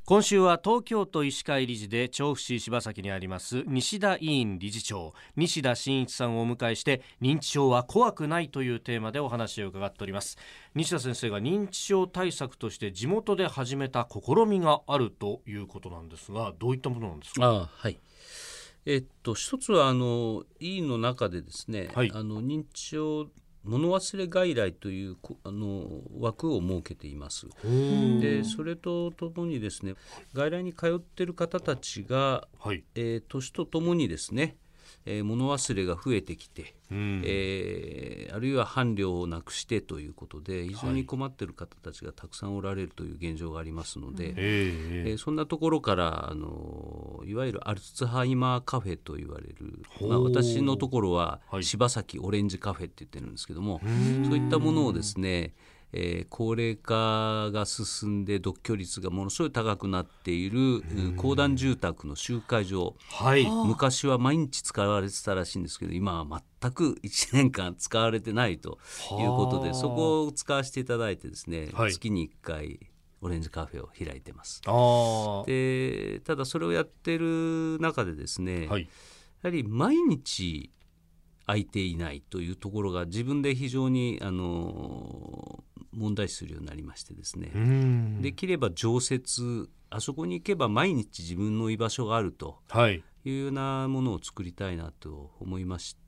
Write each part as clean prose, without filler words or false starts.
今週は東京都医師会理事で調布市柴崎にあります西田医院理事長西田真一さんをお迎えして、認知症は怖くないというテーマでお話を伺っております。西田先生が認知症対策として地元で始めた試みがあるということなんですが、どういったものなんですか？ はい、一つは医院の中でですね、認知症物忘れ外来という枠を設けています。でそれとともにですね、外来に通っている方たちが、年とともにですね、物忘れが増えてきて、あるいは伴侶をなくしてということで非常に困っている方たちがたくさんおられるという現状がありますので、そんなところからいわゆるアルツハイマーカフェと言われる、私のところは柴崎オレンジカフェって言ってるんですけども、そういったものをですね、高齢化が進んで独居率がものすごい高くなっている公団住宅の集会所、昔は毎日使われてたらしいんですけど、今は全く1年間使われてないということで、そこを使わせていただいてですね、月に1回オレンジカフェを開いてます。でただそれをやっている中でですね、やはり毎日空いていないというところが自分で非常に問題視するようになりましてですね、できれば常設、あそこに行けば毎日自分の居場所があるというようなものを作りたいなと思いまして、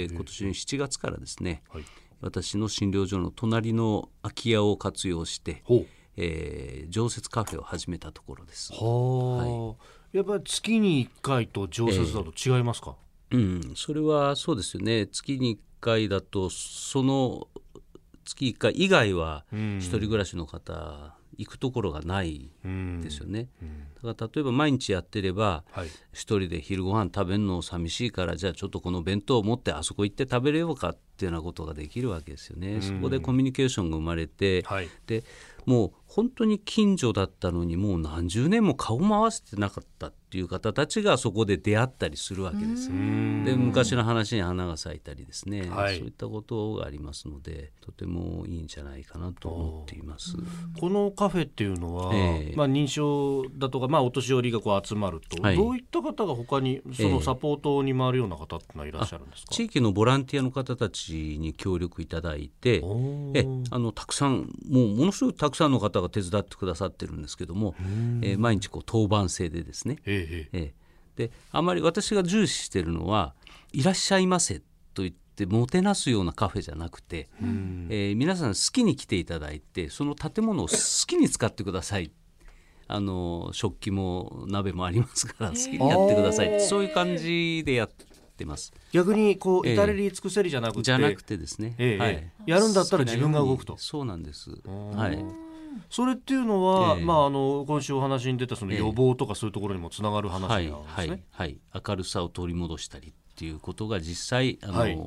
今年の7月からですね、私の診療所の隣の空き家を活用して、常設カフェを始めたところです。 やっぱり月に1回と常設だと違いますか？ それはそうですよね。月に1回だとその月1回以外は一人暮らしの方行くところがないですよね。だから例えば毎日やってれば、一人で昼ご飯食べるの寂しいから、じゃあちょっとこの弁当を持ってあそこ行って食べれようかっていうようなことができるわけですよね。そこでコミュニケーションが生まれて、でもう本当に近所だったのにもう何十年も顔も合わせてなかったっていう方たちがそこで出会ったりするわけです。で昔の話に花が咲いたりですね、そういったことがありますので、とてもいいんじゃないかなと思っています。 このカフェっていうのは、認知症だとか、お年寄りがこう集まると、どういった方が他にそのサポートに回るような方ってのはいらっしゃるんですか？ 地域のボランティアの方たちに協力いただいて、たくさんものすごくたくさんの方が手伝ってくださってるんですけども、毎日当番制でですね、であまり私が重視しているのはいらっしゃいませと言ってもてなすようなカフェじゃなくて、皆さん好きに来ていただいて、その建物を好きに使ってください、食器も鍋もありますから好きにやってください、そういう感じでやってます。 逆にこう至れり尽くせりじゃなくて、 ですね、 やるんだったら自分が動くと。 そうなんです。 それっていうのは、今週お話に出たその予防とかそういうところにもつながる話なんですね。 明るさを取り戻したりっていうことが実際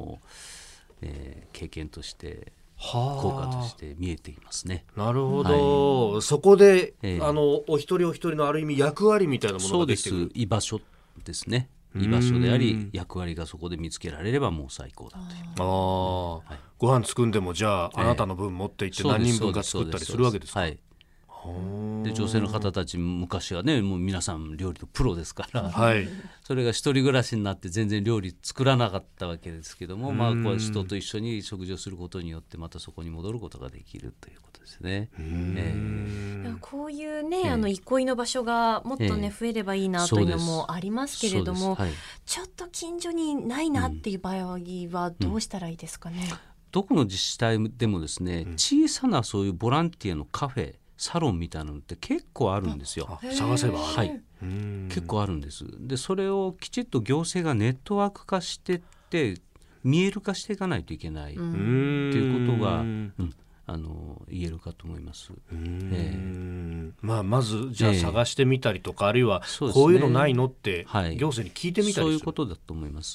経験として効果として見えていますね。 なるほど、そこで、お一人お一人のある意味役割みたいなものができてくる。 そうです。居場所ですね。居場所であり役割がそこで見つけられればもう最高だという。 ご飯作んでもじゃあ、あなたの分持って行って何人分か作ったりするわけですか？ で女性の方たち昔はね、もう皆さん料理のプロですから、それが一人暮らしになって全然料理作らなかったわけですけども、こう人と一緒に食事をすることによってまたそこに戻ることができるということですね。 こういうね、憩いの場所がもっとね、増えればいいなというのもありますけれども、ちょっと近所にないなっていう場合はどうしたらいいですかね？ どこの自治体でもですね、小さなそういうボランティアのカフェサロンみたいなのって結構あるんですよ。 探せばある。 結構あるんです。でそれをきちっと行政がネットワーク化してって見える化していかないといけないっていうことが、言えるかと思います。 まずじゃあ探してみたりとか、あるいはこういうのないのって行政に聞いてみたりする。 そういうことだと思います。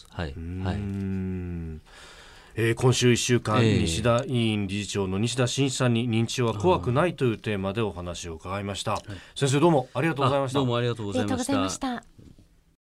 今週1週間、西田医院理事長の西田真一さんに認知症は怖くないというテーマでお話を伺いました。先生どうもありがとうございました。 どうもありがとうございました。